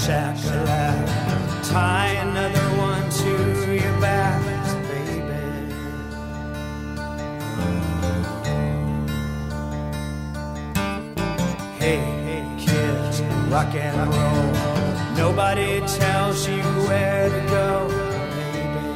shakalaka, tie another one to your back, baby. Hey, hey, kids, rock and roll. Nobody tells you where to go, baby.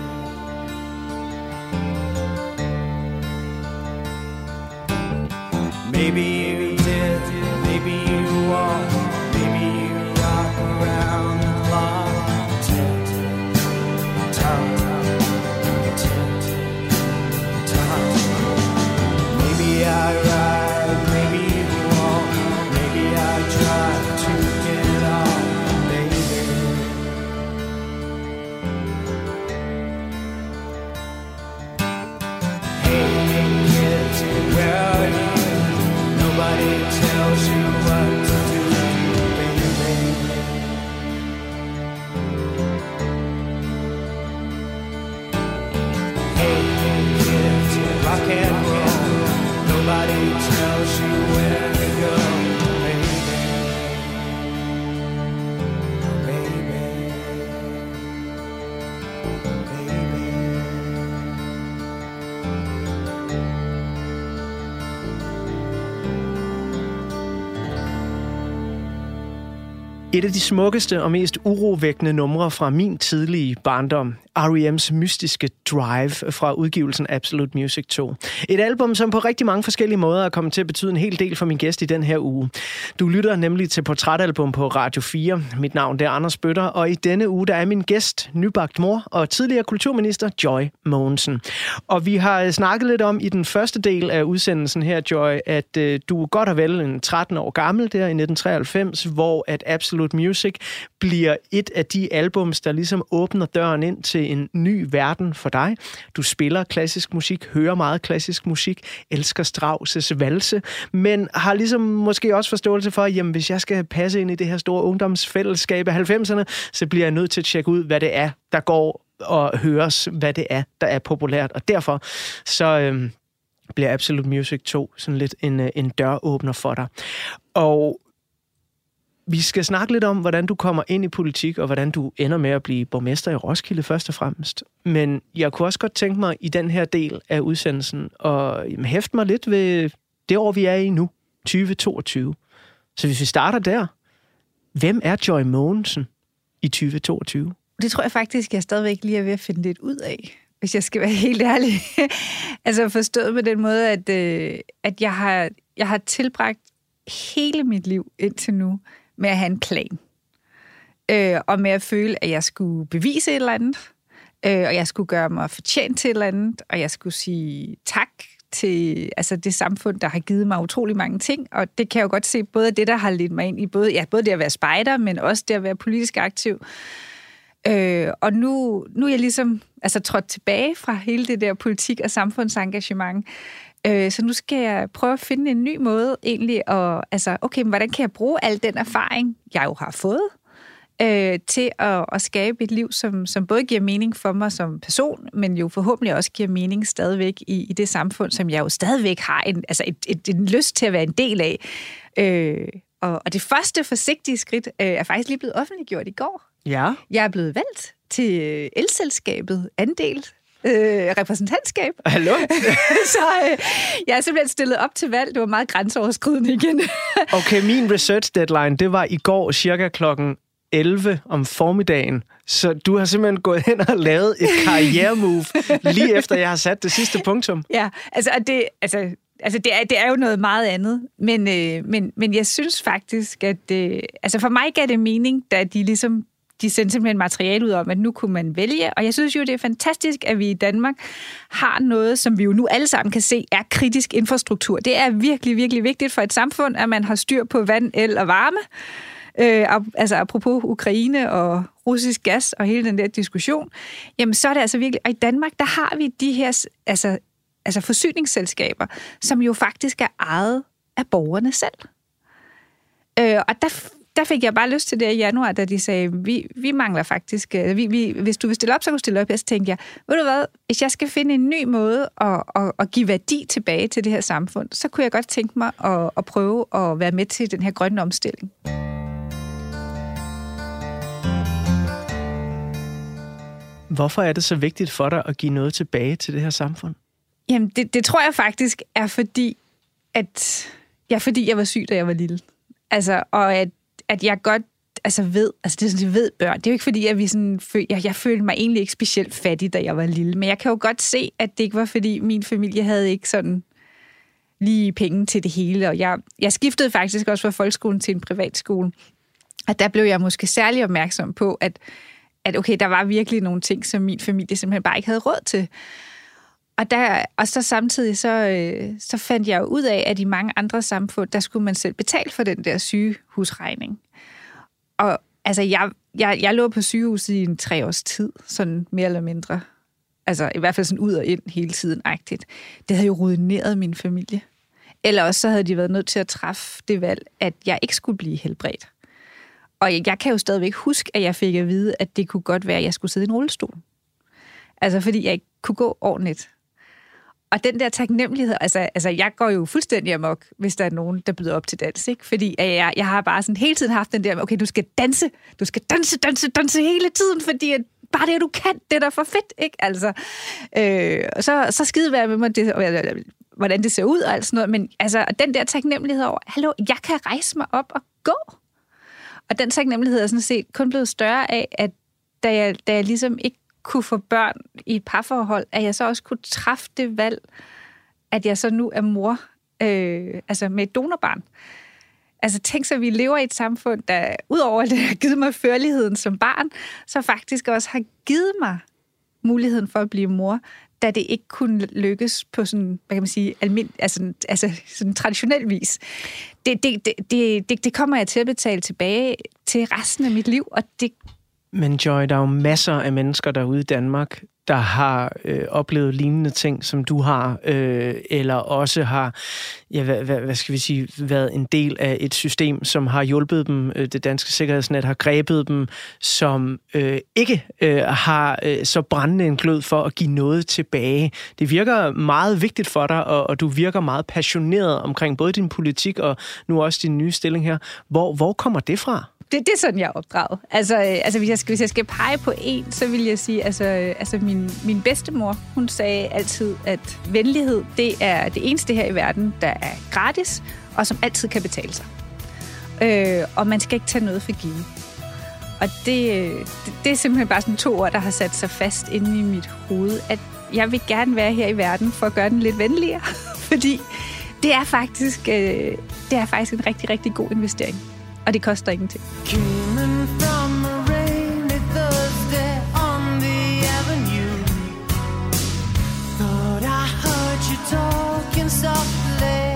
Maybe you did, maybe you won't. Maybe you rock around the clock. Tick, tock, tick, tock. Maybe I ride, maybe you won't. Maybe I try to get on, baby. Hey, hey, kids, where are you? Nobody tells you what to do, baby. Hey, hey, kids, rock and roll. Nobody tells you where to go, baby. Baby. Baby. Et af de smukkeste og mest urovækkende numre fra min tidlige barndom. R.E.M's mystiske Drive fra udgivelsen Absolute Music 2. Et album, som på rigtig mange forskellige måder er kommet til at betyde en hel del for min gæst i den her uge. Du lytter nemlig til Portrætalbum på Radio 4. Mit navn er Anders Bøtter, og i denne uge der er min gæst, nybagt mor og tidligere kulturminister Joy Mogensen. Og vi har snakket lidt om i den første del af udsendelsen her, Joy, at du er godt og vel en 13 år gammel der i 1993, hvor at Absolute Music bliver et af de albums, der ligesom åbner døren ind til en ny verden for dig. Du spiller klassisk musik, hører meget klassisk musik, elsker Strauss' valse, men har ligesom måske også forståelse for, at jamen, hvis jeg skal passe ind i det her store ungdomsfællesskab af 90'erne, så bliver jeg nødt til at tjekke ud, hvad det er, der går og høres, hvad det er, der er populært. Og derfor så bliver Absolute Music 2 sådan lidt en døråbner for dig. Og vi skal snakke lidt om, hvordan du kommer ind i politik, og hvordan du ender med at blive borgmester i Roskilde først og fremmest. Men jeg kunne også godt tænke mig i den her del af udsendelsen at hæfte mig lidt ved det år, vi er i nu, 2022. Så hvis vi starter der, hvem er Joy Mogensen i 2022? Det tror jeg faktisk, jeg stadigvæk lige er ved at finde lidt ud af, hvis jeg skal være helt ærlig. Altså forstået på den måde, at jeg har tilbragt hele mit liv indtil nu med at have en plan. Og med at føle, at jeg skulle bevise et eller andet, og jeg skulle gøre mig fortjent til et eller andet, og jeg skulle sige tak til det samfund, der har givet mig utrolig mange ting, og det kan jeg jo godt se, både det, der har ledt mig ind i, både det at være spejder, men også det at være politisk aktiv. Og nu er jeg ligesom trådt tilbage fra hele det der politik- og samfundsengagement. Så nu skal jeg prøve at finde en ny måde egentlig, og men hvordan kan jeg bruge al den erfaring, jeg jo har fået, til at skabe et liv, som både giver mening for mig som person, men jo forhåbentlig også giver mening stadigvæk i det samfund, som jeg jo stadigvæk har en lyst til at være en del af. Og det første forsigtige skridt er faktisk lige blevet offentliggjort i går. Ja. Jeg er blevet valgt til elselskabet andel. Repræsentantskab. Hallo? Så jeg er simpelthen stillet op til valg. Det var meget grænseoverskridende igen. Okay, min research deadline, det var i går cirka klokken 11 om formiddagen. Så du har simpelthen gået hen og lavet et karrieremove lige efter jeg har sat det sidste punktum. Ja, det er jo noget meget andet. Men jeg synes faktisk, at for mig gav det mening, da de sendte simpelthen materiale ud om, at nu kunne man vælge. Og jeg synes jo, det er fantastisk, at vi i Danmark har noget, som vi jo nu alle sammen kan se, er kritisk infrastruktur. Det er virkelig, virkelig vigtigt for et samfund, at man har styr på vand, el og varme. Apropos Ukraine og russisk gas og hele den der diskussion. Jamen, så er det altså virkelig... Og i Danmark, der har vi de her forsyningsselskaber, som jo faktisk er ejet af borgerne selv. Og der fik jeg bare lyst til det i januar, da de sagde, vi mangler faktisk... hvis du vil stille op, så kan du stille op. Så tænkte jeg, ved du hvad, hvis jeg skal finde en ny måde at give værdi tilbage til det her samfund, så kunne jeg godt tænke mig at prøve at være med til den her grønne omstilling. Hvorfor er det så vigtigt for dig at give noget tilbage til det her samfund? Jamen, det tror jeg faktisk er fordi, fordi jeg var syg, da jeg var lille. Altså, og at jeg godt ved, altså det er sådan, jeg ved børn. Det er jo ikke fordi, at vi sådan, jeg følte mig egentlig ikke specielt fattig, da jeg var lille. Men jeg kan jo godt se, at det ikke var fordi, min familie havde ikke sådan lige penge til det hele. Og jeg skiftede faktisk også fra folkeskolen til en privatskole. Og der blev jeg måske særlig opmærksom på, at okay, der var virkelig nogle ting, som min familie simpelthen bare ikke havde råd til. Og så samtidig så fandt jeg jo ud af, at i mange andre samfund, der skulle man selv betale for den der sygehusregning. Og altså, jeg lå på sygehuset i 3 års tid, sådan mere eller mindre. Altså, i hvert fald sådan ud og ind hele tiden-agtigt. Det havde jo ruineret min familie. Eller også så havde de været nødt til at træffe det valg, at jeg ikke skulle blive helbredt. Og jeg kan jo stadigvæk huske, at jeg fik at vide, at det kunne godt være, at jeg skulle sidde i en rullestol. Altså, fordi jeg ikke kunne gå ordentligt. Og den der taknemmelighed, altså jeg går jo fuldstændig amok, hvis der er nogen, der byder op til dans, ikke? Fordi jeg har bare sådan hele tiden haft den der, okay, du skal danse hele tiden, fordi at bare det, du kan, det er da for fedt, ikke? Altså, så skide være med mig, hvordan det ser ud og alt sådan noget, men altså, den der taknemmelighed over, hallo, jeg kan rejse mig op og gå. Og den taknemmelighed er sådan set kun blevet større af, at da jeg ligesom ikke kunne få børn i et parforhold, at jeg så også kunne træffe det valg, at jeg så nu er mor, altså med et donorbarn. Altså tænk så, at vi lever i et samfund, der udover at det har givet mig førligheden som barn, så faktisk også har givet mig muligheden for at blive mor, da det ikke kunne lykkes på sådan, hvad kan man sige, altså sådan traditionel vis. Det kommer jeg til at betale tilbage til resten af mit liv, og det. Men Joy, der er jo masser af mennesker derude i Danmark, der har oplevet lignende ting, som du har, eller også har, hvad skal vi sige, været en del af et system, som har hjulpet dem, det danske sikkerhedsnet har grebet dem, som ikke har så brændende en glød for at give noget tilbage. Det virker meget vigtigt for dig, og du virker meget passioneret omkring både din politik og nu også din nye stilling her. Hvor kommer det fra? Det er sådan, jeg er opdraget. Altså hvis jeg skal pege på en, så vil jeg sige, altså min bedstemor, hun sagde altid, at venlighed, det er det eneste her i verden, der er gratis, og som altid kan betale sig. Og man skal ikke tage noget for givet. Og det er simpelthen bare sådan 2 ord, der har sat sig fast inde i mit hoved, at jeg vil gerne være her i verden for at gøre den lidt venligere, fordi det er faktisk en rigtig, rigtig god investering. Og det koster ingenting. Coming from a rainy Thursday on the avenue, thought I heard you talking softly.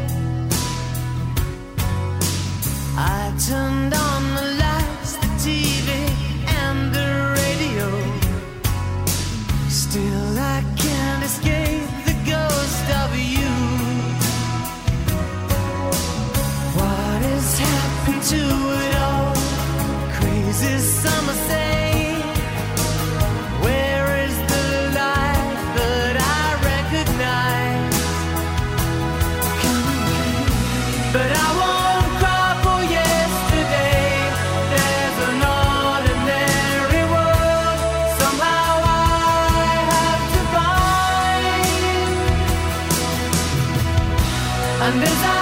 I turned on the lights, the TV and the radio. Still I can't escape the ghost of you. What is happening to it all? Crazy summer say, where is the life that I recognize? But I won't cry for yesterday. There's an ordinary world somehow I have to find. And as I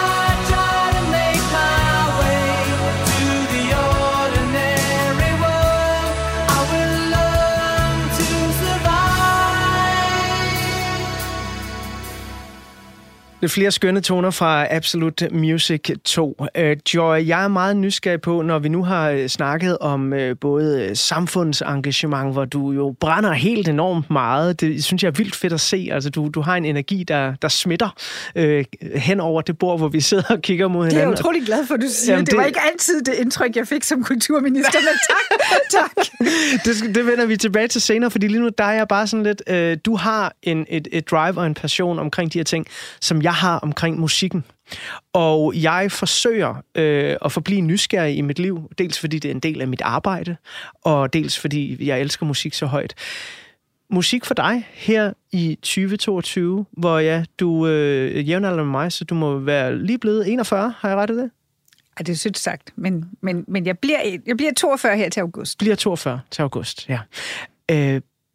Det er flere skønne toner fra Absolute Music 2. Joy, jeg er meget nysgerrig på, når vi nu har snakket om både samfundsengagement, hvor du jo brænder helt enormt meget. Det synes jeg er vildt fedt at se. Altså, du har en energi, der smitter hen over det bord, hvor vi sidder og kigger mod hinanden. Det er jeg utrolig glad for, at du siger. Jamen, det var ikke altid det indtryk, jeg fik som kulturminister, men tak. Det vender vi tilbage til senere, fordi lige nu der er jeg bare sådan lidt, du har et drive og en passion omkring de her ting, som jeg har omkring musikken. Og jeg forsøger at forblive nysgerrig i mit liv, dels fordi det er en del af mit arbejde, og dels fordi jeg elsker musik så højt. Musik for dig her i 2022, hvor du jævnaldrende med mig, så du må være lige blevet 41, har jeg ret i det? Ja, det er sødt sagt, men jeg bliver 42 her til august. Bliver 42 til august, ja.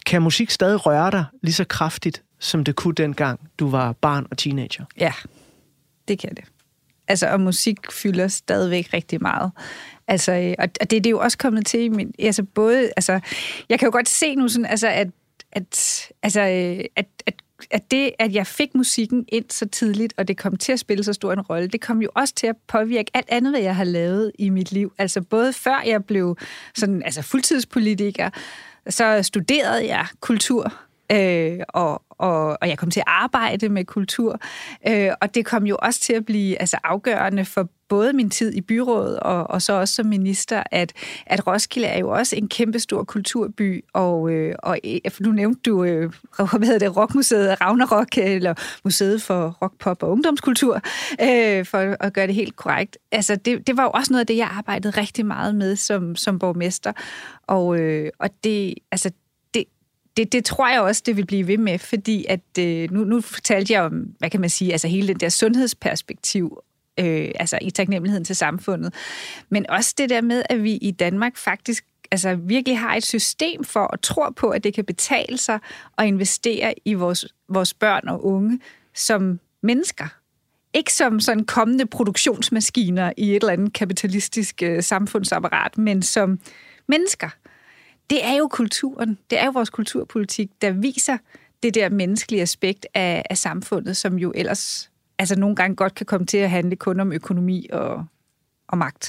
Kan musik stadig røre dig lige så kraftigt, som det kunne dengang, du var barn og teenager? Ja, det kan det. Altså, og musik fylder stadigvæk rigtig meget. Altså, og det er jo også kommet til i min... Altså, både... Altså, jeg kan jo godt se nu sådan, altså, at det, at jeg fik musikken ind så tidligt, og det kom til at spille så stor en rolle, det kom jo også til at påvirke alt andet, hvad jeg har lavet i mit liv. Altså, både før jeg blev sådan, altså fuldtidspolitiker, så studerede jeg kultur, og jeg kom til at arbejde med kultur, og det kom jo også til at blive altså, afgørende for både min tid i byrådet og så også som minister, at Roskilde er jo også en kæmpestor kulturby, og nu nævnte du, hvad hedder det, Rockmuseet Ragnarok, eller Museet for Rock, Pop og Ungdomskultur, for at gøre det helt korrekt. Altså, det var jo også noget af det, jeg arbejdede rigtig meget med som borgmester, og det, altså, det tror jeg også, det vil blive ved med, fordi at nu fortalte jeg om, hvad kan man sige, altså hele den der sundhedsperspektiv, altså i taknemmeligheden til samfundet, men også det der med, at vi i Danmark faktisk altså virkelig har et system for at tro på, at det kan betale sig at investere i vores børn og unge som mennesker. Ikke som sådan kommende produktionsmaskiner i et eller andet kapitalistisk samfundsapparat, men som mennesker. Det er jo kulturen, det er jo vores kulturpolitik, der viser det der menneskelige aspekt af samfundet, som jo ellers altså nogle gange godt kan komme til at handle kun om økonomi og magt.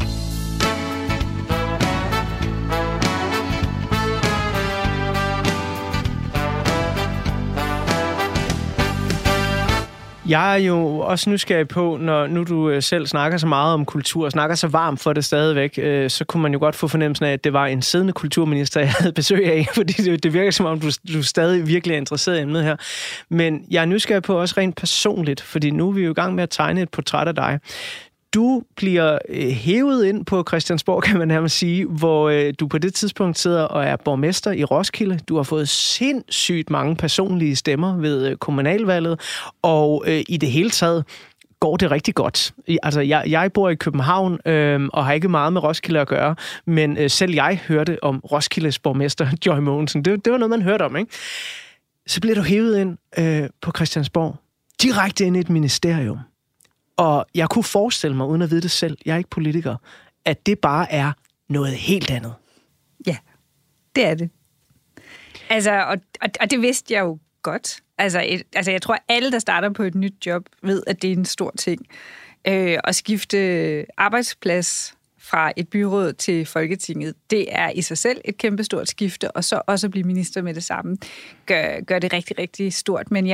Jeg er jo også nysgerrig på, når nu du selv snakker så meget om kultur, og snakker så varmt for det stadigvæk, så kunne man jo godt få fornemmelsen af, at det var en siddende kulturminister, jeg havde besøg af, fordi det virker som om, du stadig virkelig er interesseret i emnet her. Men jeg er nysgerrig på også rent personligt, fordi nu er vi jo i gang med at tegne et portræt af dig. Du bliver hævet ind på Christiansborg, kan man nærmest sige, hvor du på det tidspunkt sidder og er borgmester i Roskilde. Du har fået sindssygt mange personlige stemmer ved kommunalvalget, og i det hele taget går det rigtig godt. Altså, jeg bor i København og har ikke meget med Roskilde at gøre, men selv jeg hørte om Roskildes borgmester, Joy Mogensen. Det var noget, man hørte om, ikke? Så bliver du hævet ind på Christiansborg, direkte ind i et ministerium. Og jeg kunne forestille mig, uden at vide det selv, jeg er ikke politiker, at det bare er noget helt andet. Ja, det er det. Altså, og det vidste jeg jo godt. Altså, jeg tror, alle, der starter på et nyt job, ved, at det er en stor ting. At skifte arbejdsplads fra et byråd til Folketinget, det er i sig selv et kæmpestort skifte, og så også at blive minister med det samme, gør det rigtig, rigtig stort. Men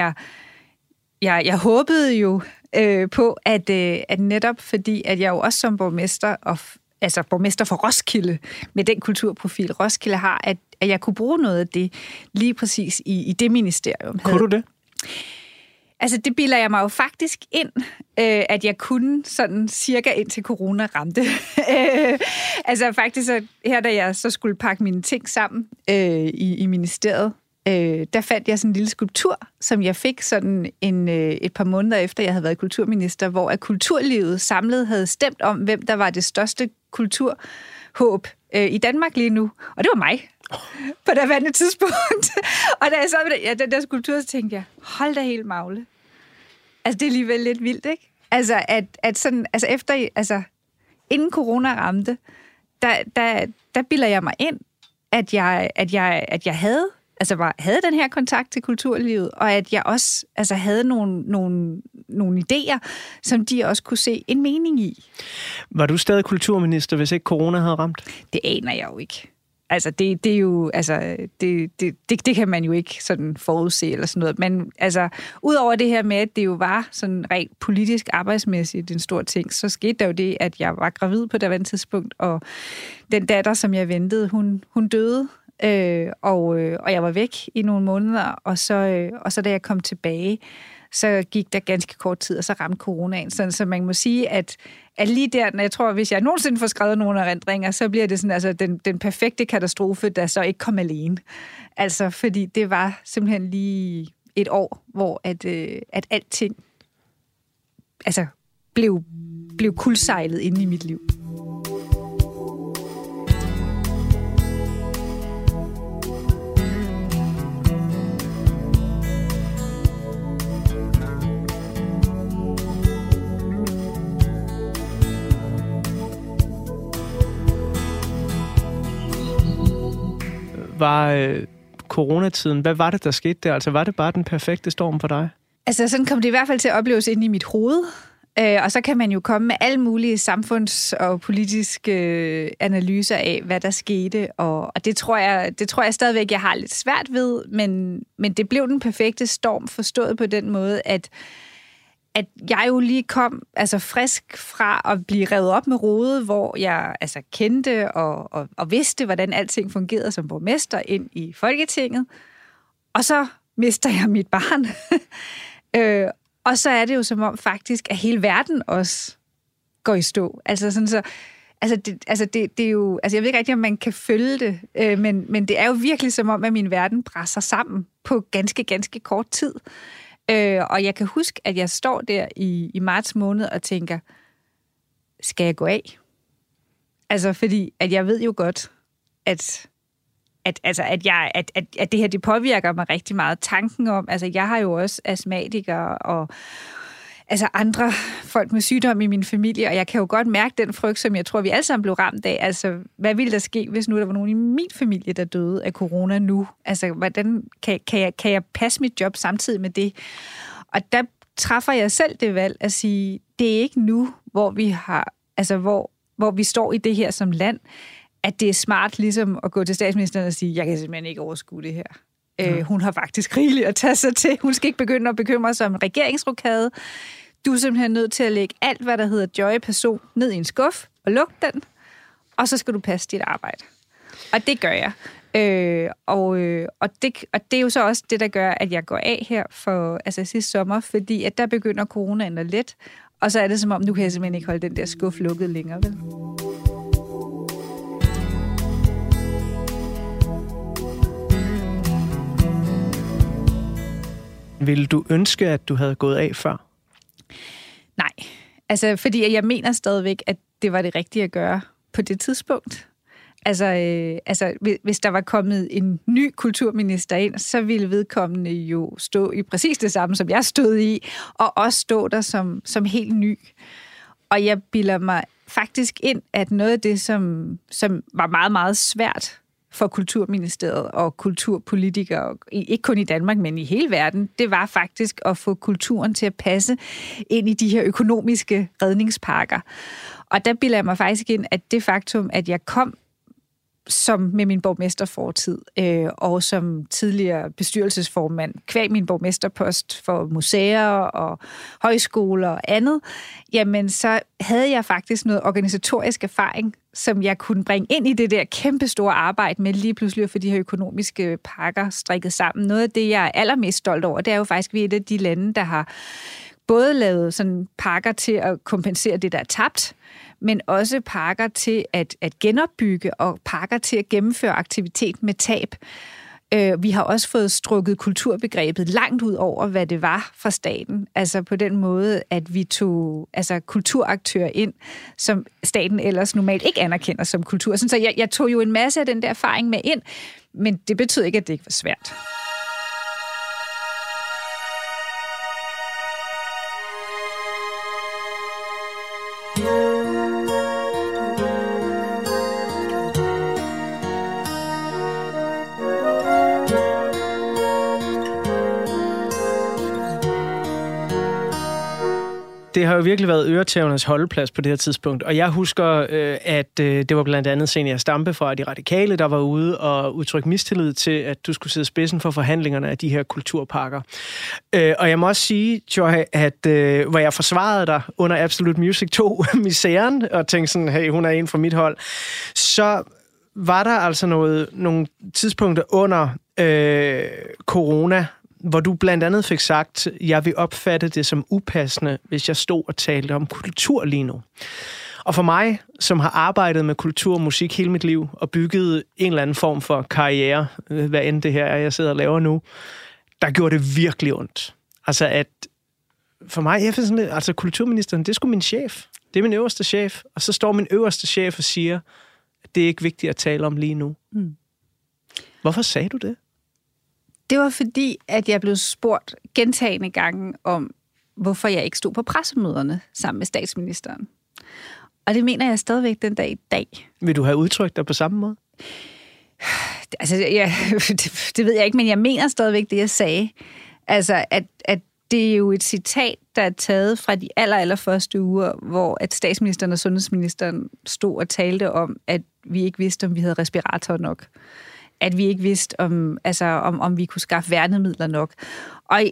jeg håbede jo på, at netop fordi, at jeg jo også som borgmester, altså borgmester for Roskilde, med den kulturprofil Roskilde har, at jeg kunne bruge noget af det lige præcis i det ministerium. Kunne du det? Altså, det bilder jeg mig jo faktisk ind, at jeg kunne sådan cirka indtil corona ramte. Altså faktisk, her da jeg så skulle pakke mine ting sammen i ministeriet, der fandt jeg sådan en lille skulptur, som jeg fik sådan et par måneder efter, jeg havde været kulturminister, hvor at kulturlivet samlet havde stemt om, hvem der var det største kulturhåb i Danmark lige nu. Og det var mig på det vandet tidspunkt. Og da jeg så med den der skulptur, så tænkte jeg, hold da helt magle. Altså, det er alligevel lidt vildt, ikke? Altså, at sådan, altså efter, altså, inden corona ramte, der bilder jeg mig ind, at jeg havde den her kontakt til kulturlivet, og at jeg også altså, havde nogle idéer, som de også kunne se en mening i. Var du stadig kulturminister, hvis ikke corona havde ramt? Det aner jeg jo ikke. Altså, det er jo, altså, det kan man jo ikke sådan forudse eller sådan noget. Men altså, udover det her med, at det jo var sådan rent politisk arbejdsmæssigt en stor ting, så skete der jo det, at jeg var gravid på det tidspunkt, og den datter, som jeg ventede, hun døde. Og jeg var væk i nogle måneder, og så da jeg kom tilbage, så gik der ganske kort tid, og så ramte coronaen. Så man må sige, at lige der, når jeg tror, hvis jeg nogensinde får skrevet nogle erindringer, så bliver det sådan, altså den perfekte katastrofe, der så ikke kom alene. Altså, fordi det var simpelthen lige et år, hvor at alting altså blev kuldsejlet inde i mit liv. var coronatiden. Hvad var det, der skete der? Altså, var det bare den perfekte storm for dig? Altså, sådan kom det i hvert fald til at opleves ind i mit hoved. Og så kan man jo komme med alle mulige samfunds- og politiske analyser af, hvad der skete. Og det tror jeg stadigvæk, jeg har lidt svært ved. Men det blev den perfekte storm, forstået på den måde, at jeg jo lige kom frisk fra at blive revet op med rode, hvor jeg kendte og vidste, hvordan alting fungerede som borgmester ind i Folketinget. Og så mister jeg mit barn. Og så er det jo som om faktisk, at hele verden også går i stå. Det er jo, jeg ved ikke rigtig, om man kan følge det, men det er jo virkelig som om, at min verden brænder sammen på ganske, ganske kort tid. Og jeg kan huske, at jeg står der i marts måned og tænker, skal jeg gå af? Fordi at jeg ved jo godt, at det her, det påvirker mig rigtig meget. Tanken om, jeg har jo også astmatikere og andre folk med sygdom i min familie, og jeg kan jo godt mærke den frygt, som jeg tror, vi alle sammen blev ramt af. Hvad ville der ske, hvis nu der var nogen i min familie, der døde af corona nu? Hvordan kan jeg passe mit job samtidig med det? Og der træffer jeg selv det valg at sige, det er ikke nu, hvor vi har, hvor vi står i det her som land, at det er smart ligesom at gå til statsministeren og sige, jeg kan simpelthen ikke overskue det her. Hun har faktisk rigeligt at tage sig til. Hun skal ikke begynde at bekymre sig om regeringsrokade. Du er simpelthen nødt til at lægge alt, hvad der hedder Joy Person, ned i en skuff og lukke den, og så skal du passe dit arbejde. Og det gør jeg. Og det er jo så også det, der gør, at jeg går af her for sidste sommer, fordi at der begynder coronaen at let, og så er det som om, nu kan jeg simpelthen ikke holde den der skuff lukket længere, vel? Ville du ønske, at du havde gået af før? Nej, fordi jeg mener stadigvæk, at det var det rigtige at gøre på det tidspunkt. Hvis der var kommet en ny kulturminister ind, så ville vedkommende jo stå i præcis det samme, som jeg stod i, og også stå der som helt ny. Og jeg bilder mig faktisk ind, at noget af det, som var meget, meget svært for Kulturministeriet og kulturpolitikere, ikke kun i Danmark, men i hele verden, det var faktisk at få kulturen til at passe ind i de her økonomiske redningspakker. Og der bilder jeg mig faktisk ind, at det faktum, at jeg kom med min borgmesterfortid og som tidligere bestyrelsesformand, kvæg min borgmesterpost for museer og højskoler og andet, jamen så havde jeg faktisk noget organisatorisk erfaring, som jeg kunne bringe ind i det der kæmpestore arbejde med lige pludselig at få de her økonomiske pakker strikket sammen. Noget af det, jeg er allermest stolt over, det er jo faktisk, at vi er et af de lande, der har både lavet sådan pakker til at kompensere det, der er tabt, men også pakker til at genopbygge og pakker til at gennemføre aktivitet med tab. Vi har også fået strukket kulturbegrebet langt ud over, hvad det var fra staten. På den måde, at vi tog kulturaktører ind, som staten ellers normalt ikke anerkender som kultur. Så jeg tog jo en masse af den der erfaring med ind, men det betød ikke, at det ikke var svært. Det har jo virkelig været øretævernes holdeplads på det her tidspunkt, og jeg husker, at det var blandt andet Zenia Stampe fra De Radikale, der var ude og udtrykke mistillid til, at du skulle sidde spidsen for forhandlingerne af de her kulturpakker. Og jeg må også sige, Joy, at hvor jeg forsvarede dig under Absolute Music 2 misæren, og tænkte sådan, hey, hun er en fra mit hold, så var der altså nogle tidspunkter under corona, hvor du blandt andet fik sagt, jeg vil opfatte det som upassende, hvis jeg stod og talte om kultur lige nu. Og for mig, som har arbejdet med kultur og musik hele mit liv, og bygget en eller anden form for karriere, hvad end det her er, jeg sidder og laver nu, der gjorde det virkelig ondt. At for mig, jeg finder sådan, kulturministeren, det er sgu min chef. Det er min øverste chef. Og så står min øverste chef og siger, at det er ikke vigtigt at tale om lige nu. Mm. Hvorfor sagde du det? Det var fordi, at jeg blev spurgt gentagne gange om, hvorfor jeg ikke stod på pressemøderne sammen med statsministeren. Og det mener jeg stadigvæk den dag i dag. Vil du have udtrykt dig på samme måde? Altså, det ved jeg ikke, men jeg mener stadigvæk det, jeg sagde. Altså, at det er jo et citat, der er taget fra de allerførste uger, hvor at statsministeren og sundhedsministeren stod og talte om, at vi ikke vidste, om vi havde respirator nok. At vi ikke vidste, om vi kunne skaffe værnemidler nok. Og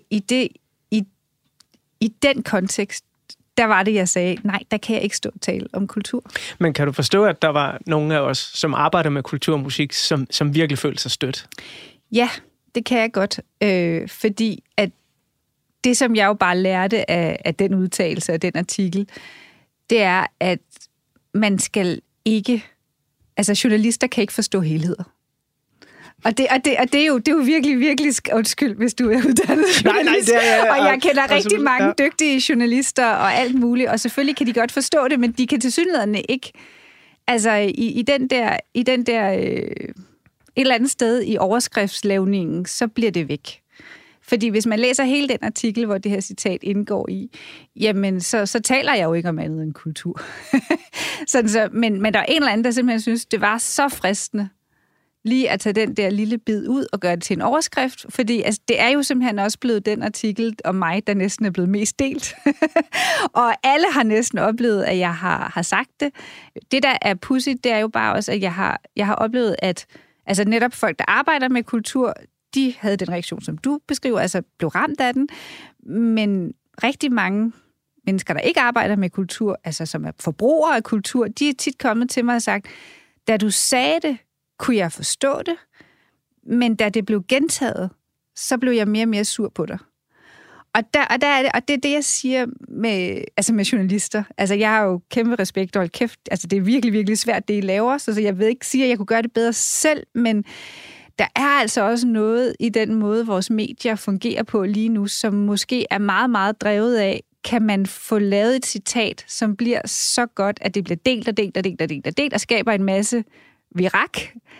i den kontekst, der var det, jeg sagde, nej, der kan jeg ikke stå og tale om kultur. Men kan du forstå, at der var nogle af os, som arbejder med kultur og musik, som virkelig følte sig stødt? Ja, det kan jeg godt. Fordi at det, som jeg jo bare lærte af den udtalelse, af den artikel, det er, at man skal ikke... Altså, journalister kan ikke forstå helheder. Og det er jo virkelig, virkelig undskyld, hvis du er uddannet. Nej, det er... Og jeg kender rigtig mange dygtige journalister og alt muligt, og selvfølgelig kan de godt forstå det, men de kan tilsyneladende ikke... Altså, i den der et eller andet sted i overskriftslavningen, så bliver det væk. Fordi hvis man læser hele den artikel, hvor det her citat indgår i, jamen, så taler jeg jo ikke om andet end kultur. Men der er en eller anden, der simpelthen synes, det var så fristende lige at tage den der lille bid ud og gøre det til en overskrift, fordi altså, det er jo simpelthen også blevet den artikel om mig, der næsten er blevet mest delt. Og alle har næsten oplevet, at jeg har sagt det. Det, der er pudsigt, det er jo bare også, at jeg har oplevet, at altså, netop folk, der arbejder med kultur, de havde den reaktion, som du beskriver, altså blev ramt af den, men rigtig mange mennesker, der ikke arbejder med kultur, altså som er forbrugere af kultur, de er tit kommet til mig og sagt, da du sagde det, kunne jeg forstå det, men da det blev gentaget, så blev jeg mere og mere sur på dig. Og det er det, jeg siger med journalister. Altså, jeg har jo kæmpe respekt, og kæft, altså det er virkelig, virkelig svært, det I laver, så jeg ved ikke sige, at jeg kunne gøre det bedre selv, men der er altså også noget i den måde, vores medier fungerer på lige nu, som måske er meget, meget drevet af, kan man få lavet et citat, som bliver så godt, at det bliver delt og skaber en masse virak.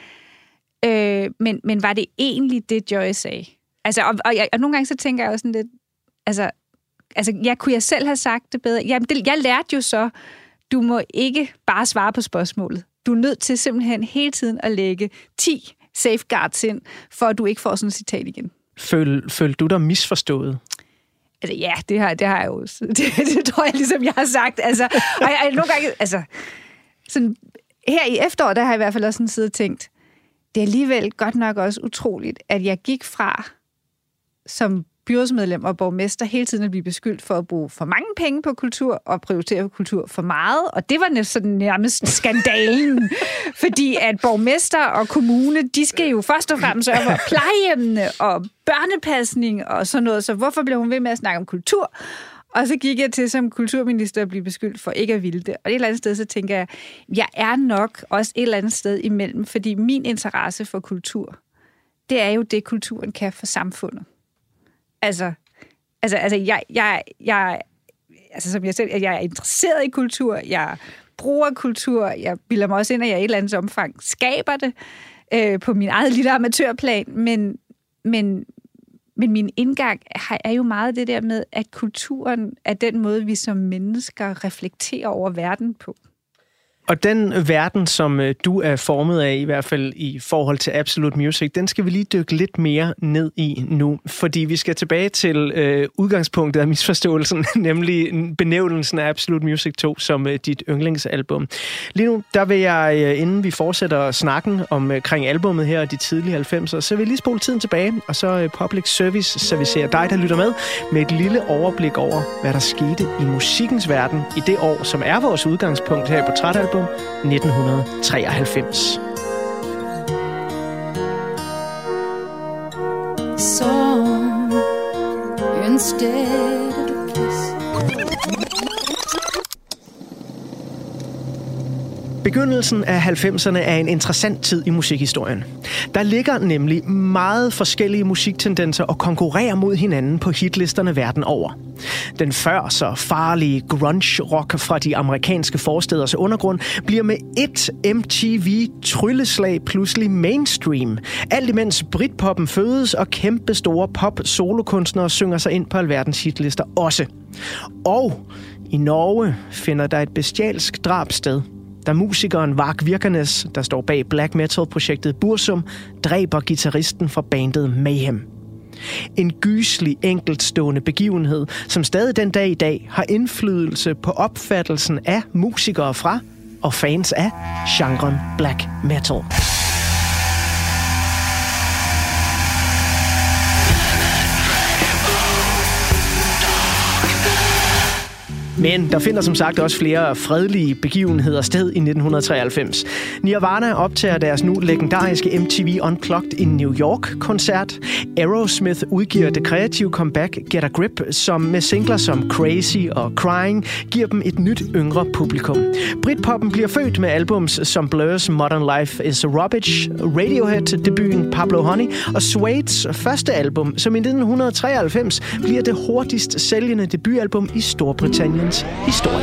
Men var det egentlig det, Joy sagde? Altså, og nogle gange så tænker jeg også sådan lidt, kunne jeg selv have sagt det bedre? Jamen, jeg lærte jo så, du må ikke bare svare på spørgsmålet. Du er nødt til simpelthen hele tiden at lægge 10 safeguards ind, for at du ikke får sådan et citat igen. Følte du dig misforstået? Altså, ja, det har jeg jo. Det tror jeg, ligesom jeg har sagt. Altså, og jeg nogle gange, altså, sådan, her i efteråret, der har jeg i hvert fald også sådan siddet og tænkt, det er alligevel godt nok også utroligt, at jeg gik fra som byrådsmedlem og borgmester hele tiden at blive beskyldt for at bruge for mange penge på kultur og prioritere kultur for meget. Og det var sådan nærmest skandalen, fordi at borgmester og kommune, de skal jo først og fremmest sørge for plejehjemmene og børnepasning og sådan noget. Så hvorfor blev hun ved med at snakke om kultur? Og så gik jeg til som kulturminister at blive beskyldt for ikke at ville det. Og et eller andet sted, så tænker jeg, jeg er nok også et eller andet sted imellem, fordi min interesse for kultur, det er jo det, kulturen kan for samfundet. Altså, som jeg selv, jeg er interesseret i kultur, jeg bruger kultur, jeg bilder mig også ind, at jeg i et eller andet omfang skaber det på min eget lille amatørplan, men min indgang er jo meget det der med, at kulturen er den måde, vi som mennesker reflekterer over verden på. Og den verden, som du er formet af, i hvert fald i forhold til Absolute Music, den skal vi lige dykke lidt mere ned i nu, fordi vi skal tilbage til udgangspunktet af misforståelsen, nemlig benævnelsen af Absolute Music 2 som dit yndlingsalbum. Lige nu, der vil jeg, inden vi fortsætter snakken omkring albummet her og de tidlige 90'er, så vil jeg lige spole tiden tilbage, og så Public Service servicerer dig, der lytter med et lille overblik over, hvad der skete i musikkens verden i det år, som er vores udgangspunkt her på Portrætalbum 1993. Song instead of a kiss. Begyndelsen af 90'erne er en interessant tid i musikhistorien. Der ligger nemlig meget forskellige musiktendenser og konkurrerer mod hinanden på hitlisterne verden over. Den før så farlige grunge-rock fra de amerikanske forsteders undergrund bliver med et MTV-trylleslag pludselig mainstream. Alt imens Britpoppen fødes og kæmpe store pop-solokunstnere synger sig ind på alverdens hitlister også. Og i Norge finder der et bestialsk drab sted da musikeren Varg Vikernes, der står bag black metal-projektet Burzum, dræber guitaristen fra bandet Mayhem. En gyselig enkeltstående begivenhed, som stadig den dag i dag har indflydelse på opfattelsen af musikere fra og fans af genren black metal. Men der finder som sagt også flere fredelige begivenheder sted i 1993. Nirvana optager deres nu legendariske MTV Unplugged in New York-koncert. Aerosmith udgiver det kreative comeback Get a Grip, som med singler som Crazy og Crying giver dem et nyt yngre publikum. Britpoppen bliver født med albums som Blur's Modern Life is Rubbish, Radiohead-debuten Pablo Honey og Suede's første album, som i 1993 bliver det hurtigst sælgende debutalbum i Storbritanniens historie.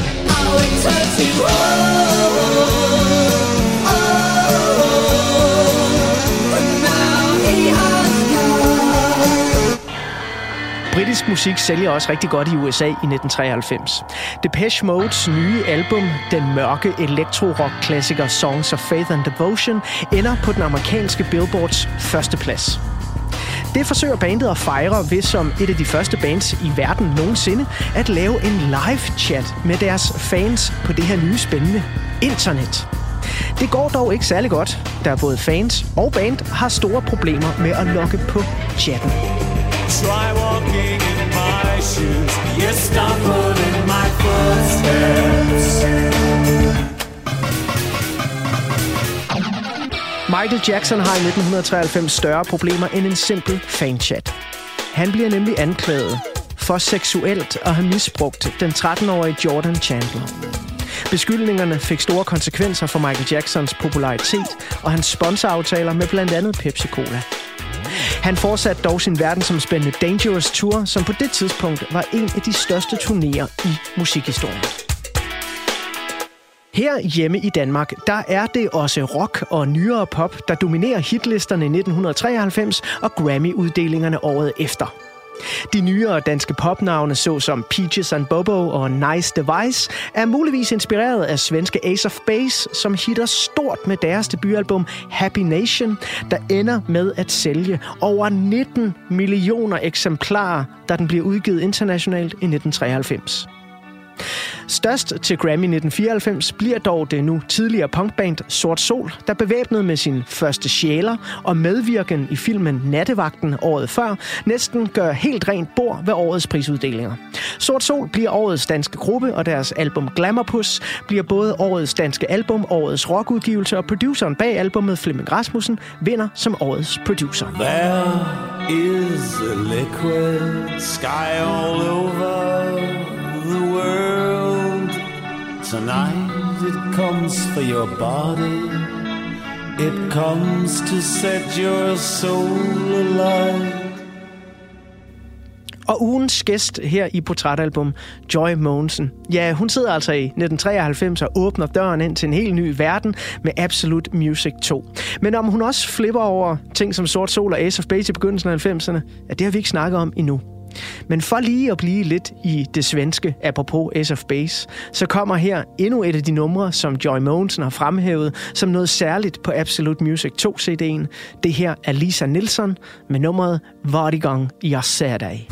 Britisk musik sælger også rigtig godt i USA i 1993. Depeche Modes nye album, den mørke elektro-rock-klassiker Songs of Faith and Devotion, ender på den amerikanske Billboards førsteplads. Det forsøger bandet at fejre ved som et af de første bands i verden nogensinde at lave en live-chat med deres fans på det her nye spændende internet. Det går dog ikke særlig godt, da både fans og band har store problemer med at logge på chatten. Try walking in my shoes. You stumble in my footsteps. Michael Jackson har i 1993 større problemer end en simpel fanchat. Han bliver nemlig anklaget for seksuelt at have misbrugt den 13-årige Jordan Chandler. Beskyldningerne fik store konsekvenser for Michael Jacksons popularitet og hans sponsoraftaler med blandt andet Pepsi Cola. Han fortsatte dog sin verdensomspændende Dangerous Tour, som på det tidspunkt var en af de største turnéer i musikhistorien. Her hjemme i Danmark, der er det også rock og nyere pop, der dominerer hitlisterne i 1993 og Grammy-uddelingerne året efter. De nyere danske popnavne, såsom Peaches and Bobo og Nice Device, er muligvis inspireret af svenske Ace of Base, som hitter stort med deres debutalbum Happy Nation, der ender med at sælge over 19 millioner eksemplarer, da den bliver udgivet internationalt i 1993. Størst til Grammy 1994 bliver dog det nu tidligere punkband Sort Sol, der bevæbnet med sin første sjæler og medvirken i filmen Nattevagten året før, næsten gør helt rent bord ved årets prisuddelinger. Sort Sol bliver årets danske gruppe, og deres album Glamourpuss bliver både årets danske album, årets rockudgivelse, og produceren bag albummet Flemming Rasmussen vinder som årets producer. There is a liquid sky all over the world. Tonight it comes for your body. It comes to set your soul alight. Og ugens gæst her i Portrætalbum, Joy Mogensen. Ja, hun sidder altså i 1993 og åbner døren ind til en helt ny verden med Absolute Music 2. Men om hun også flipper over ting som Sort Sol og Ace of Base i begyndelsen af 90'erne, ja, det har vi ikke snakket om endnu. Men for lige at blive lidt i det svenske, apropos Ace of Base, så kommer her endnu et af de numre, som Joy Mogensen har fremhævet som noget særligt på Absolute Music 2-CD'en. Det her er Lisa Nilsson med nummeret Varje gång jag ser dig.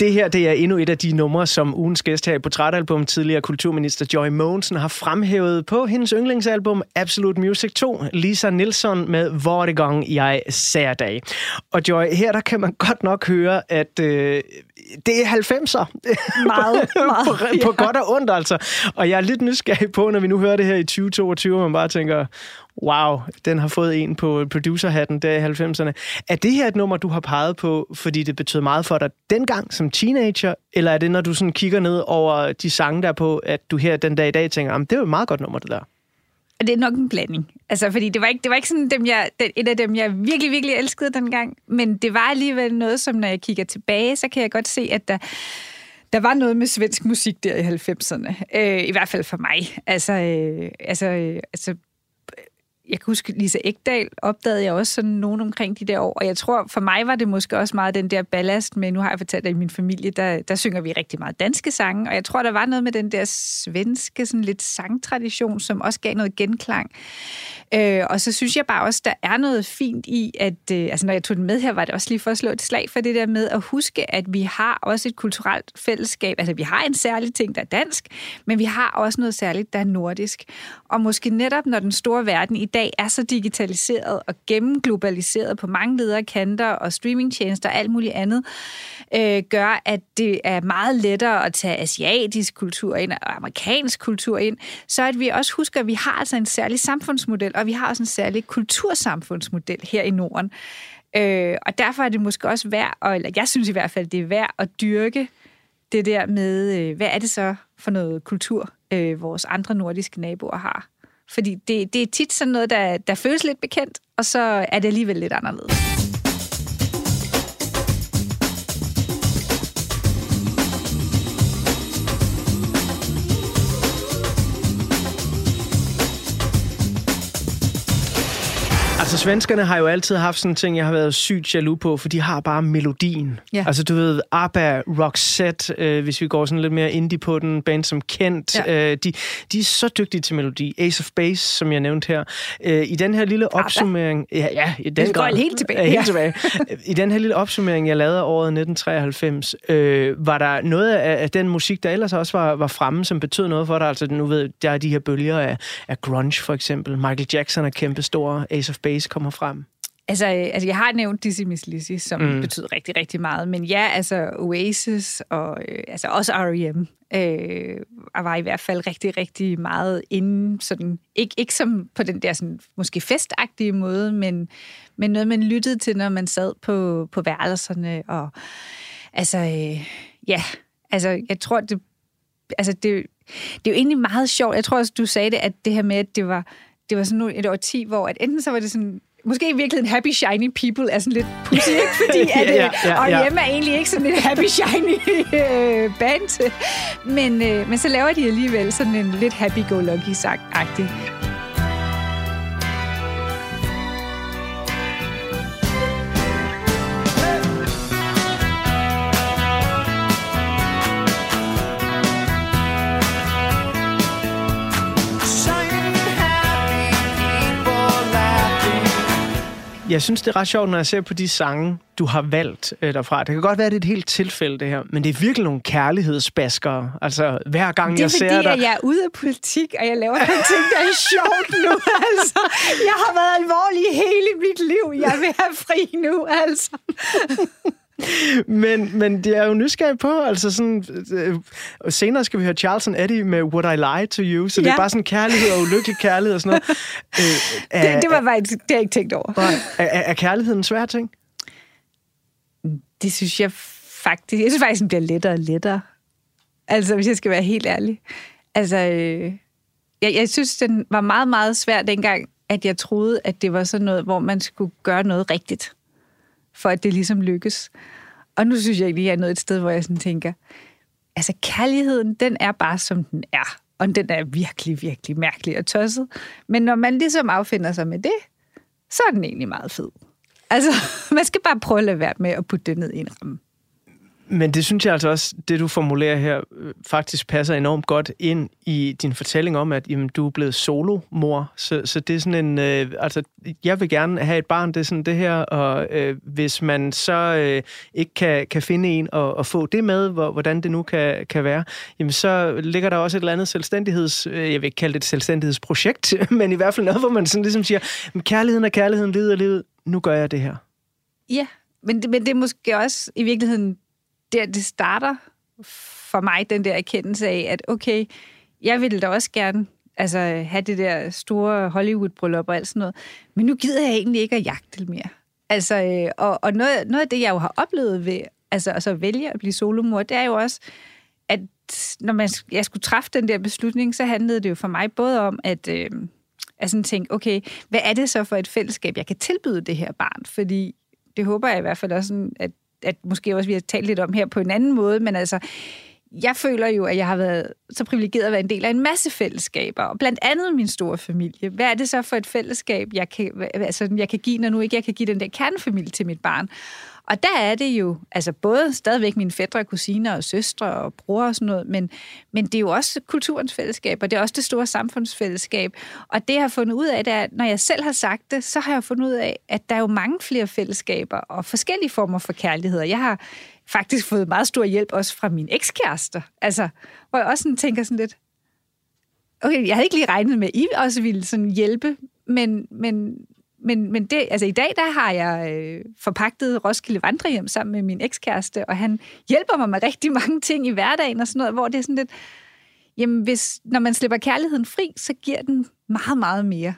Det her, det er endnu et af de numre, som ugens gæst her i Portrætalbum, tidligere kulturminister Joy Mogensen, har fremhævet på hendes yndlingsalbum Absolute Music 2, Lisa Nilsson med Hver gang jeg ser dig. Og Joy, her der kan man godt nok høre, at det er 90'er. Meget. på godt og ondt, altså. Og jeg er lidt nysgerrig på, når vi nu hører det her i 2022, man bare tænker, wow, den har fået en på producerhatten der i 90'erne. Er det her et nummer, du har peget på, fordi det betød meget for dig dengang som teenager, eller er det, når du sådan kigger ned over de sange der på, at du her den dag i dag tænker, det er jo et meget godt nummer, det der? Det er nok en blanding. Altså, fordi det var ikke sådan et af dem, jeg virkelig, virkelig elskede dengang, men det var alligevel noget, som når jeg kigger tilbage, så kan jeg godt se, at der var noget med svensk musik der i 90'erne. I hvert fald for mig. Altså, jeg kan huske, Lisa Ekdahl opdagede jeg også sådan nogen omkring de der år, og jeg tror, for mig var det måske også meget den der ballast med, nu har jeg fortalt, at i min familie, der synger vi rigtig meget danske sange, og jeg tror, der var noget med den der svenske, sådan lidt sangtradition, som også gav noget genklang. Og så synes jeg bare også, der er noget fint i, at altså når jeg tog den med her, var det også lige for at slå et slag for det der med at huske, at vi har også et kulturelt fællesskab. Altså vi har en særlig ting, der er dansk, men vi har også noget særligt, der er nordisk. Og måske netop, når den store verden i dag er så digitaliseret og gennemglobaliseret på mange ledere kanter og streamingtjenester og alt muligt andet, gør, at det er meget lettere at tage asiatisk kultur ind og amerikansk kultur ind, så at vi også husker, at vi har altså en særlig samfundsmodel, og vi har også en særlig kultursamfundsmodel her i Norden. Og derfor er det måske også værd, eller jeg synes i hvert fald, det er værd at dyrke det der med, hvad er det så for noget kultur, vores andre nordiske naboer har. Fordi det er tit sådan noget, der føles lidt bekendt, og så er det alligevel lidt anderledes. Altså, svenskerne har jo altid haft sådan en ting, jeg har været sygt jaloux på, for de har bare melodien. Ja. Altså, du ved, ABBA, Roxette, hvis vi går sådan lidt mere indie på den, band som Kent, ja. De er så dygtige til melodi. Ace of Base, som jeg nævnte her. I den her lille opsummering... Ja, i den grad. Helt tilbage. I den her lille opsummering, jeg lavede året 1993, var der noget af den musik, der ellers også var fremme, som betød noget for dig? Altså, nu ved der er de her bølger af grunge, for eksempel. Michael Jackson er kæmpestor. Ace of Base kommer frem. Altså, jeg har nævnt Dizzy Miss Lizzy, som betyder rigtig, rigtig meget. Men ja, altså Oasis og altså også R.E.M. Var i hvert fald rigtig, rigtig meget inden sådan, ikke som på den der sådan, måske festagtige måde, men noget, man lyttede til, når man sad på værelserne. Og altså, jeg tror, det er jo egentlig meget sjovt. Jeg tror også, du sagde det, at det her med, at det var sådan et årti, hvor at enten så var det sådan, måske i virkeligheden Happy Shiny People er sådan lidt pussy, ikke? Fordi at R.E.M. er egentlig ikke sådan et Happy Shiny band. Men så laver de alligevel sådan en lidt happy-go-lucky-sang-agtig. Jeg synes, det er ret sjovt, når jeg ser på de sange, du har valgt derfra. Det kan godt være, at det er et helt tilfælde, det her, men det er virkelig nogle kærlighedsbaskere. Altså, hver gang jeg ser dig... Det er fordi, at jeg er ude af politik, og jeg laver nogle ting, der er sjovt nu, altså. Jeg har været alvorlig hele mit liv. Jeg vil have fri nu, altså. Men det er jo nysgerrig på, altså sådan, senere skal vi høre Charles & Eddie med Would I Lie to You, så det er bare sådan kærlighed og ulykkelig kærlighed og sådan noget. Det var faktisk, det har jeg ikke tænkt over. Er kærligheden en svær ting? Det synes jeg faktisk, den bliver lettere og lettere. Altså, hvis jeg skal være helt ærlig. Altså, jeg synes, den var meget, meget svær dengang, at jeg troede, at det var sådan noget, hvor man skulle gøre noget rigtigt, for at det ligesom lykkes. Og nu synes jeg egentlig, at jeg er nået et sted, hvor jeg sådan tænker, altså kærligheden, den er bare, som den er. Og den er virkelig, virkelig mærkelig og tosset. Men når man ligesom affinder sig med det, så er den egentlig meget fed. Altså, man skal bare prøve at lade være med at putte det ned i en ramme. Men det synes jeg altså også, det du formulerer her, faktisk passer enormt godt ind i din fortælling om, at jamen, du er blevet solomor. Så det er sådan en... altså, jeg vil gerne have et barn, det er sådan det her, og hvis man så ikke kan finde en og få det med, hvordan det nu kan være, jamen så ligger der også et eller andet jeg vil ikke kalde det et selvstændighedsprojekt, men i hvert fald noget, hvor man sådan ligesom siger, kærligheden er kærligheden, livet er livet, nu gør jeg det her. Ja, men det er måske også i virkeligheden, der det starter for mig, den der erkendelse af, at okay, jeg ville da også gerne have det der store Hollywood-bryllup og alt sådan noget, men nu gider jeg egentlig ikke at jagte mere. Og noget af det, jeg jo har oplevet ved at vælge at blive solomor, det er jo også, at når jeg skulle træffe den der beslutning, så handlede det jo for mig både om, at sådan tænke, okay, hvad er det så for et fællesskab, jeg kan tilbyde det her barn? Fordi det håber jeg i hvert fald også, sådan, at måske også vi har talt lidt om her på en anden måde, men jeg føler jo, at jeg har været så privilegeret at være en del af en masse fællesskaber, og blandt andet min store familie. Hvad er det så for et fællesskab, jeg kan give, når nu ikke jeg kan give den der kernefamilie til mit barn? Og der er det jo både stadigvæk mine fætre, kusiner og søstre og bror og sådan noget, men det er jo også kulturens fællesskab, og det er også det store samfundsfællesskab. Og det, jeg har fundet ud af, det er, når jeg selv har sagt det, så har jeg fundet ud af, at der er jo mange flere fællesskaber og forskellige former for kærligheder. Jeg har faktisk fået meget stor hjælp også fra mine ekskærester. Hvor jeg også sådan tænker sådan lidt, okay, jeg havde ikke lige regnet med, at I også ville sådan hjælpe, men det, i dag, der har jeg forpagtet Roskilde Vandrehjem sammen med min ekskæreste, og han hjælper mig med rigtig mange ting i hverdagen og sådan noget, hvor det er sådan lidt, jamen når man slipper kærligheden fri, så giver den meget, meget mere.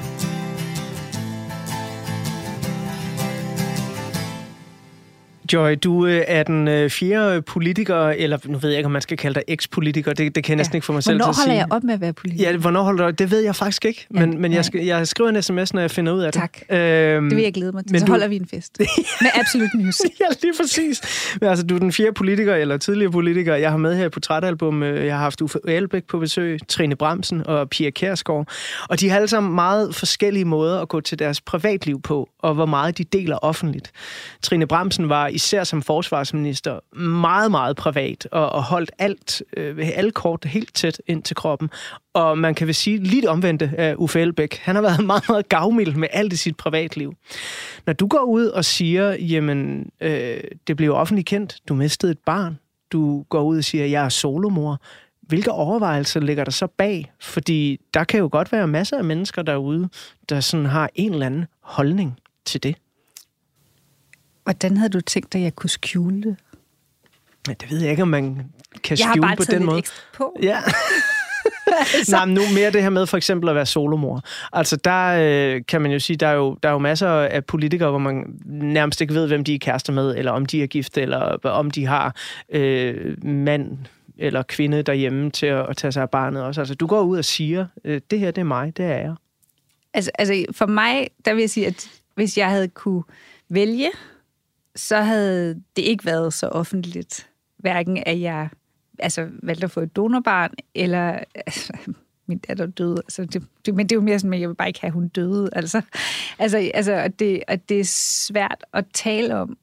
Joy, du er den fjerde politiker, eller nu ved jeg ikke, om man skal kalde dig eks-politiker, det kan jeg næsten ikke få mig selv til at sige. Hvornår holder jeg op med at være politiker? Ja, hvornår holder du? Det ved jeg faktisk ikke, men jeg skriver en sms, når jeg finder ud af det. Tak. Det vil jeg glæde mig til. Så holder vi en fest. Med Absolute Music. Ja, lige præcis. Men du er den fjerde politiker, eller tidligere politiker, jeg har med her i Portrætalbum. Jeg har haft Uffe Elbæk på besøg, Trine Bramsen og Pia Kjærsgaard. Og de har alle sammen meget forskellige måder at gå til deres privatliv på, og hvor meget de deler offentligt. Trine Bramsen var især som forsvarsminister meget, meget privat og holdt alle kort helt tæt ind til kroppen. Og man kan vel sige lidt omvendte af Uffe Elbæk. Han har været meget, meget gavmild med alt i sit privatliv. Når du går ud og siger, jamen, det blev offentligt kendt, du mistede et barn, du går ud og siger, jeg er solomor, hvilke overvejelser ligger der så bag? Fordi der kan jo godt være masser af mennesker derude, der sådan har en eller anden holdning til det. Hvordan havde du tænkt dig, at jeg kunne skjule det? Ja, det ved jeg ikke, om man kan skjule på den måde. Jeg har bare taget lidt ekstra på. Ja. Nej, men nu mere det her med for eksempel at være solomor. Der kan man jo sige, der er jo masser af politikere, hvor man nærmest ikke ved, hvem de er kærester med, eller om de er gift, eller om de har mand eller kvinde derhjemme til at tage sig af barnet også. Du går ud og siger, det her, det er mig, det er jeg. For mig, der vil jeg sige, at hvis jeg havde kunne vælge, så havde det ikke været så offentligt. Hverken at jeg valgte at få et donorbarn, eller min datter døde. Men det er jo mere sådan, at jeg vil bare ikke have, at hun døde. Og det er svært at tale om.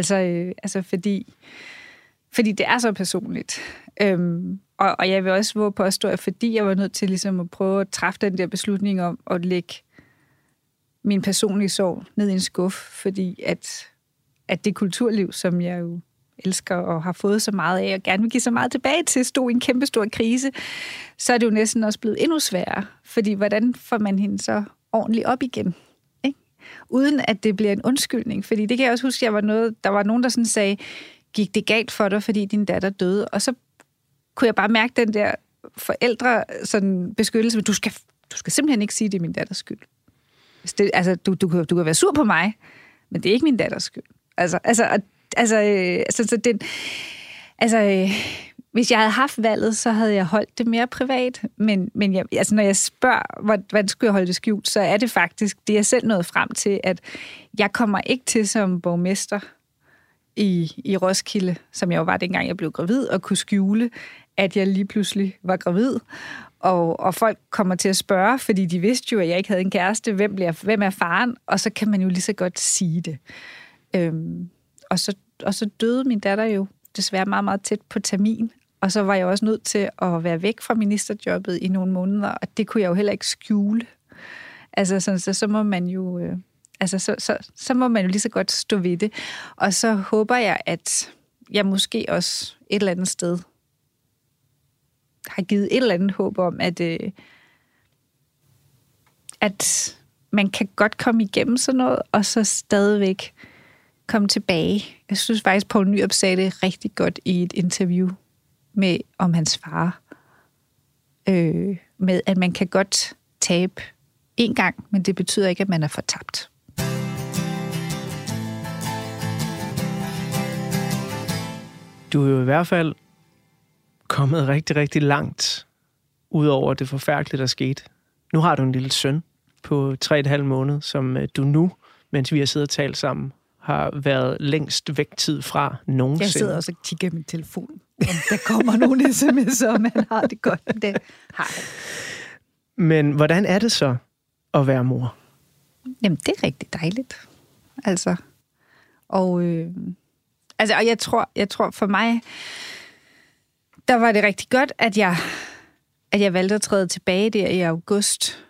Fordi det er så personligt. Og jeg vil også våge påstå, at fordi jeg var nødt til ligesom at prøve at træffe den der beslutning om at lægge min personlige sorg ned i en skuff, fordi at det kulturliv, som jeg jo elsker og har fået så meget af, og gerne vil give så meget tilbage til, stod i en kæmpestor krise, så er det jo næsten også blevet endnu sværere. Fordi hvordan får man hende så ordentligt op igen? Ikke? Uden at det bliver en undskyldning. Fordi det kan jeg også huske, der var nogen, der sådan sagde, gik det galt for dig, fordi din datter døde? Og så kunne jeg bare mærke den der forældre sådan beskyttelse, men du skal simpelthen ikke sige, det er min datters skyld. Du kan være sur på mig, men det er ikke min datters skyld. Hvis jeg havde haft valget, så havde jeg holdt det mere privat, men når jeg spørger, hvordan skulle jeg holde det skjult, så er det faktisk det, jeg selv nåede frem til, at jeg kommer ikke til som borgmester i Roskilde, som jeg jo var dengang, jeg blev gravid, og kunne skjule, at jeg lige pludselig var gravid. Og folk kommer til at spørge, fordi de vidste jo, at jeg ikke havde en kæreste. Hvem er faren? Og så kan man jo lige så godt sige det. Og så døde min datter jo desværre meget, meget tæt på termin. Og så var jeg også nødt til at være væk fra ministerjobbet i nogle måneder, og det kunne jeg jo heller ikke skjule. Altså, så må man jo... så må man jo lige så godt stå ved det. Og så håber jeg, at jeg måske også et eller andet sted har givet et eller andet håb om, at man kan godt komme igennem sådan noget, og så stadigvæk komme tilbage. Jeg synes faktisk, Poul Nyrup sagde det rigtig godt i et interview om hans far. Med, at man kan godt tabe en gang, men det betyder ikke, at man er fortabt. Du er jo i hvert fald kommet rigtig, rigtig langt ud over det forfærdelige, der skete. Nu har du en lille søn på 3,5 måneder, som du nu, mens vi har siddet og talt sammen, har været længst væk tid fra nogensinde. Jeg sidder også og kigger i min telefon, om der kommer nogle sms'er, og man har det godt. Det har jeg. Men hvordan er det så at være mor? Jamen, det er rigtig dejligt. Altså, og jeg tror for mig, der var det rigtig godt, at jeg valgte at træde tilbage der i august.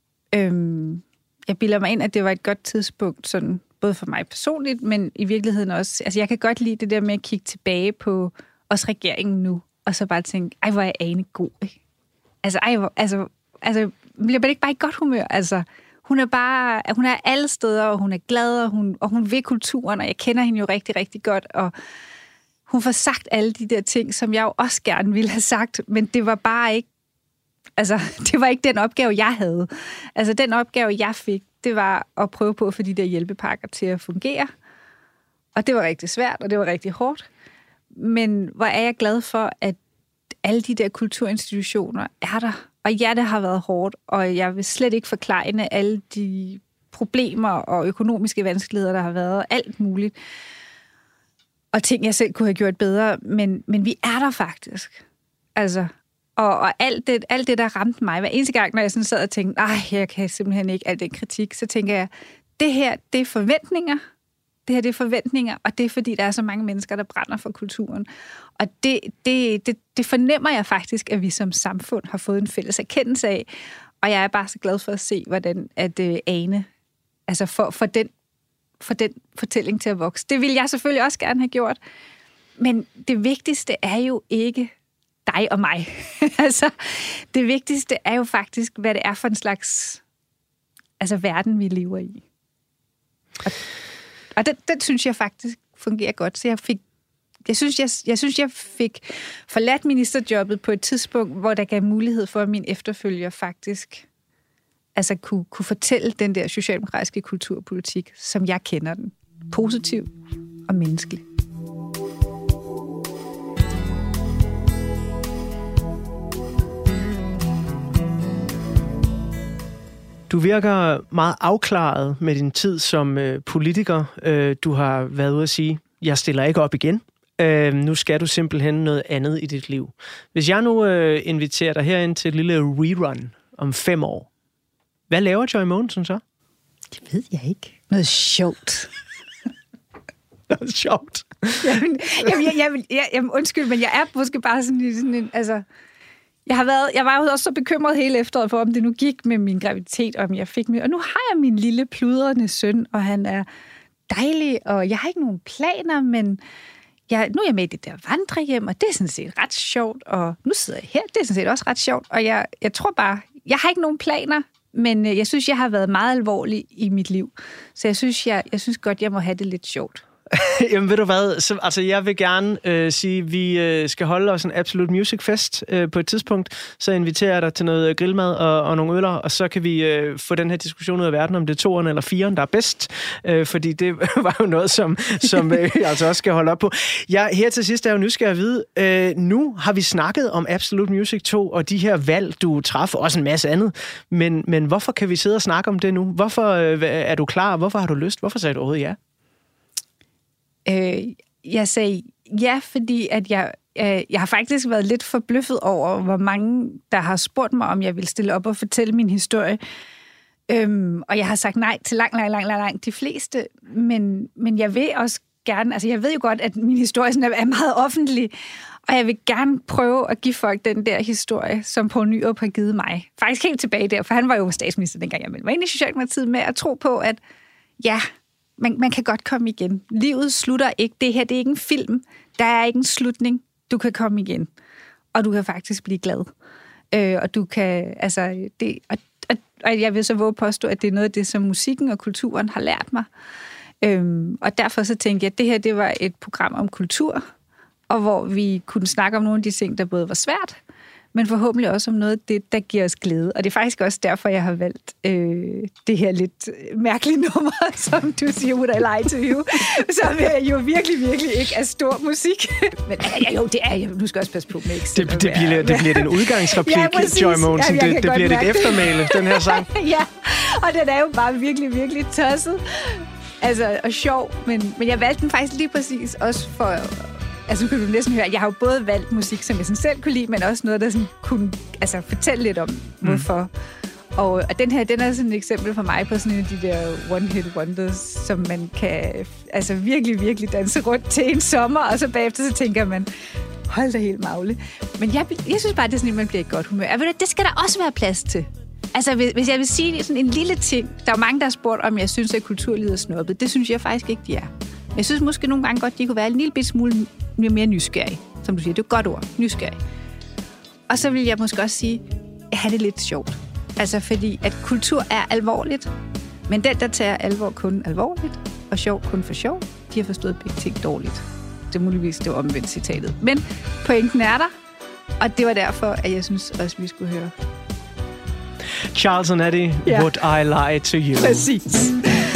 Jeg bilder mig ind, at det var et godt tidspunkt, sådan, både for mig personligt, men i virkeligheden også. Altså, jeg kan godt lide det der med at kigge tilbage på også regeringen nu, og så bare tænke, ej, hvor er Ane god, ikke? Altså, bliver man ikke bare i godt humør? Altså, hun er alle steder, og hun er glad, og hun vil kulturen, og jeg kender hende jo rigtig, rigtig godt, og hun får sagt alle de der ting, som jeg jo også gerne ville have sagt, men det var bare ikke, altså, det var ikke den opgave, jeg havde. Altså, den opgave, jeg fik, det var at prøve på at få de der hjælpepakker til at fungere, og det var rigtig svært, og det var rigtig hårdt, men hvor er jeg glad for, at alle de der kulturinstitutioner er der. Og ja, det har været hårdt, og jeg vil slet ikke forklejne alle de problemer og økonomiske vanskeligheder, der har været, alt muligt. Og ting, jeg selv kunne have gjort bedre, men vi er der faktisk. Altså, og alt det, der ramte mig, hver eneste gang, når jeg sådan sad og tænkte, jeg kan simpelthen ikke al den kritik, så tænker jeg, det her, det er forventninger. Det her, det er forventninger, og det er, fordi der er så mange mennesker, der brænder for kulturen. Og det fornemmer jeg faktisk, at vi som samfund har fået en fælles erkendelse af. Og jeg er bare så glad for at se, hvordan at Ane, altså for den fortælling til at vokse. Det ville jeg selvfølgelig også gerne have gjort. Men det vigtigste er jo ikke dig og mig. Altså, det vigtigste er jo faktisk, hvad det er for en slags verden, vi lever i. Og den synes jeg faktisk fungerer godt. Så jeg synes, jeg fik forladt ministerjobbet på et tidspunkt, hvor der gav mulighed for, at min efterfølger faktisk kunne fortælle den der socialdemokratiske kulturpolitik, som jeg kender den. Positiv og menneskelig. Du virker meget afklaret med din tid som politiker. Du har været ude at sige, jeg stiller ikke op igen. Nu skal du simpelthen noget andet i dit liv. Hvis jeg nu inviterer dig herind til et lille rerun om 5 år, hvad laver Joy Mogensen så? Det ved jeg ikke. Noget sjovt. Noget sjovt? Jamen, undskyld, men jeg er måske bare sådan en, altså... Jeg var jo også så bekymret hele efteråret for, om det nu gik med min graviditet, og om jeg fik og nu har jeg min lille pludrende søn, og han er dejlig, og jeg har ikke nogen planer, men nu er jeg med i det der vandrehjem, og det er sådan set ret sjovt, og nu sidder jeg her, det er sådan set også ret sjovt, og jeg tror bare, jeg har ikke nogen planer, men jeg synes, jeg har været meget alvorlig i mit liv, så jeg synes godt, jeg må have det lidt sjovt. Jamen ved du hvad, jeg vil gerne sige, at vi skal holde os en Absolute Music Fest på et tidspunkt, så inviterer jeg dig til noget grillmad og nogle øller, og så kan vi få den her diskussion ud af verden, om det er 2'eren eller 4'eren, der er bedst, fordi det var jo noget, som jeg altså også skal holde op på. Her til sidst er jeg jo nysgerrig at vide, nu har vi snakket om Absolute Music 2 og de her valg, du træffer, også en masse andet, men hvorfor kan vi sidde og snakke om det nu? Hvorfor er du klar? Hvorfor har du lyst? Hvorfor sagde du overhovedet ja? Jeg sagde ja, fordi at jeg har faktisk været lidt forbløffet over, hvor mange, der har spurgt mig, om jeg vil stille op og fortælle min historie. Og jeg har sagt nej til langt de fleste, men jeg vil også gerne, altså jeg ved jo godt, at min historie sådan er meget offentlig, og jeg vil gerne prøve at give folk den der historie, som Poul Nyrup har givet mig. Faktisk helt tilbage der, for han var jo statsminister dengang, jeg var inde i Socialdemokratiet med at tro på, at ja, man kan godt komme igen. Livet slutter ikke. Det her, det er ikke en film. Der er ikke en slutning. Du kan komme igen. Og du kan faktisk blive glad. Og du kan, altså, det, og jeg vil så våge at påstå, at det er noget af det, som musikken og kulturen har lært mig. Og derfor så tænkte jeg, at det her, det var et program om kultur, og hvor vi kunne snakke om nogle af de ting, der både var svært, men forhåbentlig også om noget af det, der giver os glæde. Og det er faktisk også derfor, jeg har valgt det her lidt mærkelige nummer, som du siger, Would I Lie to You, som jo virkelig, virkelig ikke er stor musik. Men jo, det er jo. Du skal også passe på med ikke. Det bliver den udgangsreplik, ja, Joy Mogensen. Ja, det bliver dit eftermæle, den her sang. Ja, og den er jo bare virkelig, virkelig tosset. Altså, og sjov. Men jeg valgte den faktisk lige præcis også for... Altså, nu kan du næsten høre, jeg har jo både valgt musik, som jeg sådan selv kunne lide, men også noget, der sådan kunne fortælle lidt om, hvorfor. Og den her, den er sådan et eksempel for mig på sådan en af de der one-hit wonders, som man kan virkelig, virkelig danse rundt til en sommer, og så bagefter så tænker man, hold da helt magle. Men jeg synes bare, det er sådan, at man bliver i godt humør. Det skal der også være plads til. Altså, hvis jeg vil sige sådan en lille ting, der er jo mange, der har spurgt, om jeg synes, at kulturlivet er snobbet. Det synes jeg faktisk ikke, de er. Jeg synes måske nogle gange godt, de kunne være en lille smule mere nysgerrige. Som du siger, det er et godt ord, nysgerrig. Og så vil jeg måske også sige, at have det lidt sjovt. Altså, fordi at kultur er alvorligt, men den, der tager alvor kun alvorligt, og sjov kun for sjov, de har forstået begge ting dårligt. Det er muligvis det omvendt citatet. Men pointen er der, og det var derfor, at jeg synes også, vi skulle høre. Charles & Eddie, yeah. Would I Lie to You? Præcis.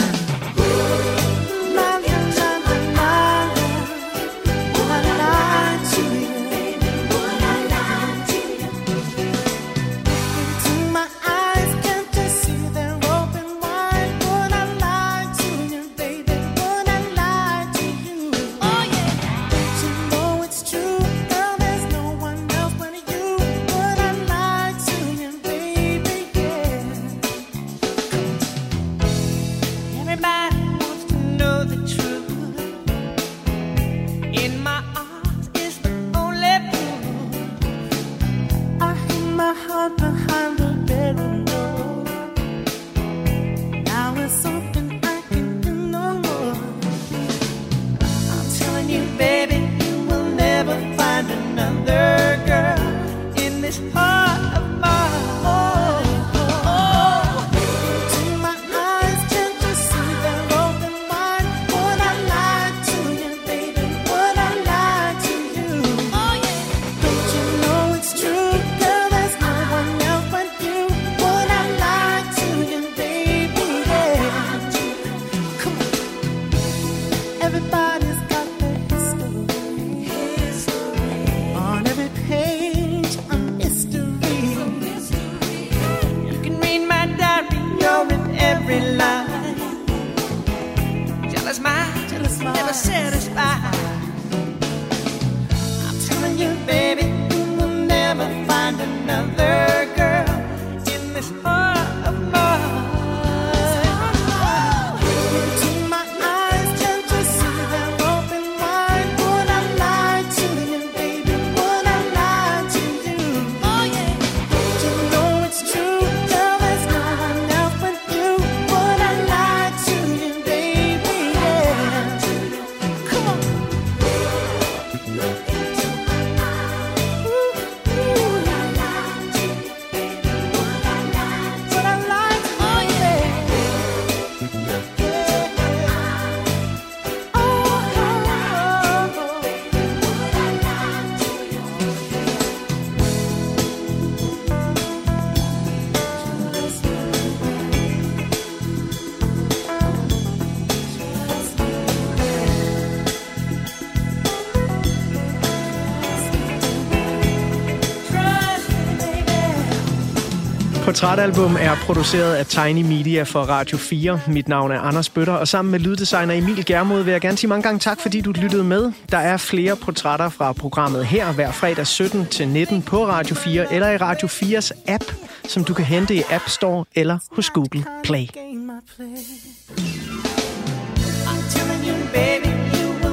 Portrætalbum er produceret af Tiny Media for Radio 4. Mit navn er Anders Bøtter, og sammen med lyddesigner Emil Germod vil jeg gerne sige mange gange tak, fordi du lyttede med. Der er flere portrætter fra programmet her hver fredag 17-19 på Radio 4 eller i Radio 4's app, som du kan hente i App Store eller hos Google Play. I'm telling you, baby, you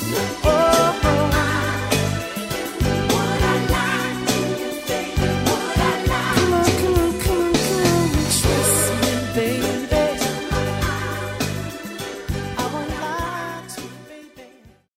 Oh,